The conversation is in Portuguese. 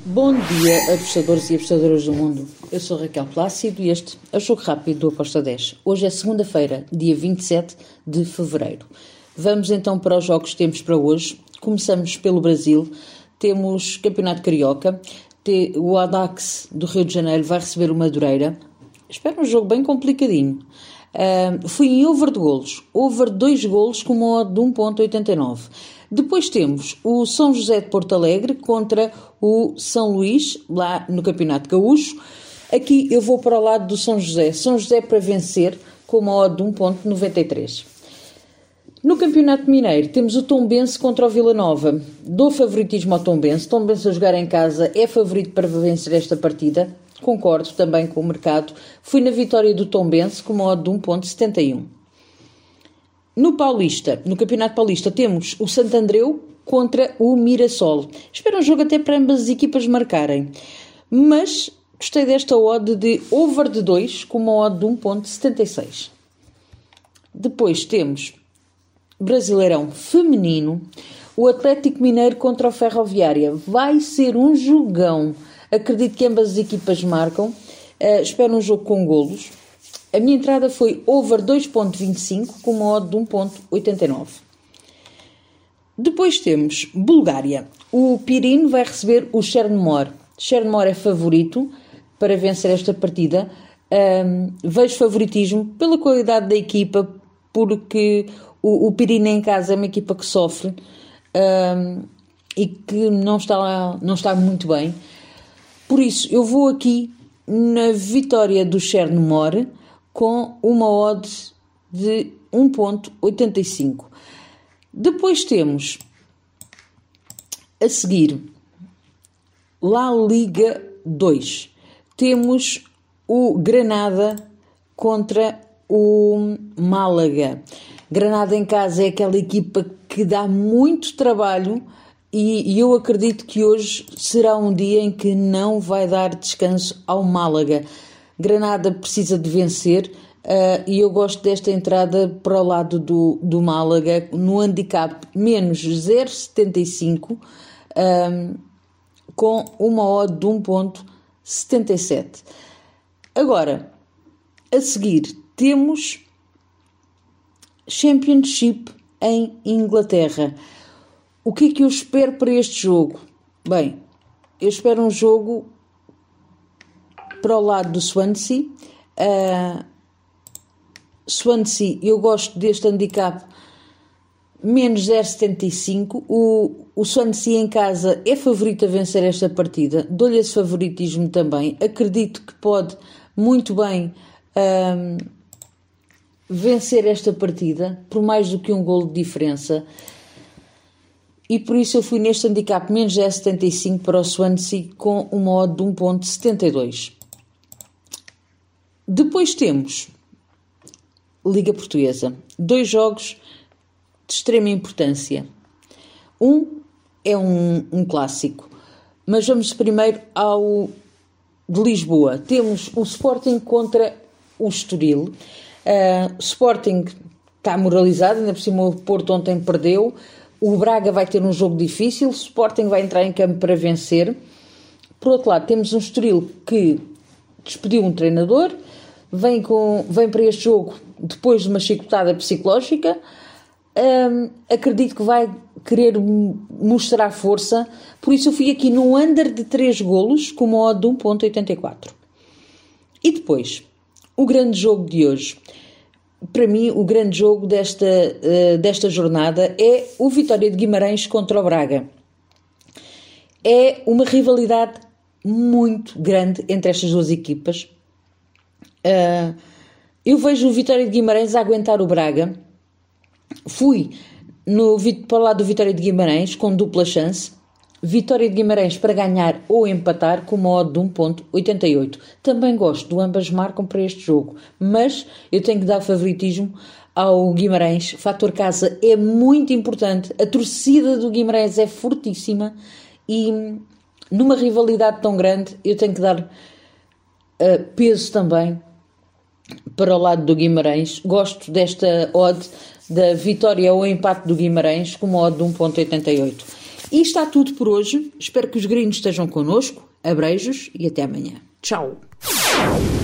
Bom dia, apostadores e apostadoras do mundo. Eu sou Raquel Plácido e este é o Jogo Rápido do Aposta 10. Hoje é segunda-feira, dia 27 de fevereiro. Vamos então para os jogos que temos para hoje. Começamos pelo Brasil. Temos Campeonato Carioca. O Audax do Rio de Janeiro vai receber o Madureira. Espero um jogo bem complicadinho. Fui em over de golos. Over 2 golos com uma odd de 1.89. Depois temos o São José de Porto Alegre contra o São Luís, lá no Campeonato Gaúcho. Aqui eu vou para o lado do São José. São José para vencer com uma odd de 1.93. No Campeonato Mineiro temos o Tombense contra o Vila Nova. Dou favoritismo ao Tombense. Tombense a jogar em casa é favorito para vencer esta partida. Concordo também com o mercado. Fui na vitória do Tombense com uma odd de 1.71. No Paulista, no Campeonato Paulista, temos o Santo Andreu contra o Mirassol. Espero um jogo até para ambas as equipas marcarem. Mas gostei desta odd de over de 2 com uma odd de 1.76. Depois temos Brasileirão Feminino, o Atlético Mineiro contra o Ferroviária. Vai ser um jogão. Acredito que ambas as equipas marcam. Espero um jogo com golos. A minha entrada foi over 2.25 com uma odd de 1.89. Depois temos Bulgária. O Pirin vai receber o Chernomor. Chernomor é favorito para vencer esta partida. Vejo favoritismo pela qualidade da equipa, porque o Pirin em casa é uma equipa que sofre e que não está muito bem. Por isso, eu vou aqui na vitória do Chernomor com uma odd de 1.85. Depois temos, a seguir, La Liga 2. Temos o Granada contra o Málaga. Granada em casa é aquela equipa que dá muito trabalho e eu acredito que hoje será um dia em que não vai dar descanso ao Málaga. Granada precisa de vencer e eu gosto desta entrada para o lado do Málaga no handicap menos 0.75 com uma odd de 1.77. Agora, a seguir, temos Championship em Inglaterra. O que é que eu espero para este jogo? Bem, eu espero um jogo para o lado do Swansea. Swansea, eu gosto deste handicap menos 0.75. O Swansea em casa é favorito a vencer esta partida. Dou-lhe esse favoritismo também. Acredito que pode muito bem vencer esta partida por mais do que um golo de diferença. E por isso eu fui neste handicap menos 0.75 para o Swansea com uma odd de 1.72. Depois temos Liga Portuguesa. 2 jogos de extrema importância. Um é um clássico. Mas vamos primeiro ao de Lisboa. Temos o Sporting contra o Estoril. O Sporting está moralizado, ainda por cima o Porto ontem perdeu. O Braga vai ter um jogo difícil, o Sporting vai entrar em campo para vencer. Por outro lado, temos um Estoril que despediu um treinador, vem para este jogo depois de uma chicotada psicológica. Acredito que vai querer mostrar força, por isso eu fui aqui no under de 3 golos com uma odd de 1.84. E depois, o grande jogo de hoje. Para mim, o grande jogo desta jornada é o Vitória de Guimarães contra o Braga. É uma rivalidade muito grande entre estas duas equipas. Eu vejo o Vitória de Guimarães a aguentar o Braga. Fui para o lado do Vitória de Guimarães com dupla chance. Vitória de Guimarães para ganhar ou empatar com uma odd de 1.88. Também gosto do ambas marcam para este jogo, mas eu tenho que dar favoritismo ao Guimarães. Fator casa é muito importante. A torcida do Guimarães é fortíssima e numa rivalidade tão grande eu tenho que dar peso também para o lado do Guimarães. Gosto desta odd da vitória ou empate do Guimarães com uma odd de 1.88. E está tudo por hoje. Espero que os gringos estejam connosco. Abreijos e até amanhã. Tchau!